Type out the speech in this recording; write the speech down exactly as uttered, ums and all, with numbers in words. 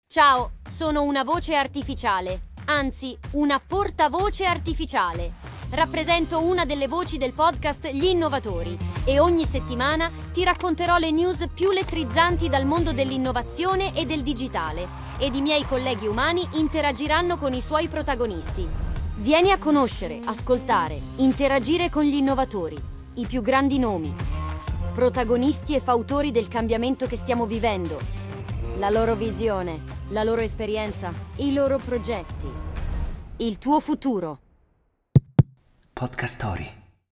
Ciao, sono una voce artificiale, anzi, una portavoce artificiale. Rappresento una delle voci del podcast Gli Innovatori e ogni settimana ti racconterò le news più elettrizzanti dal mondo dell'innovazione e del digitale, ed i miei colleghi umani interagiranno con i suoi protagonisti. Vieni a conoscere, ascoltare, interagire con gli innovatori, i più grandi nomi, protagonisti e fautori del cambiamento che stiamo vivendo. La loro visione, la loro esperienza, i loro progetti, il tuo futuro. Podcast Story.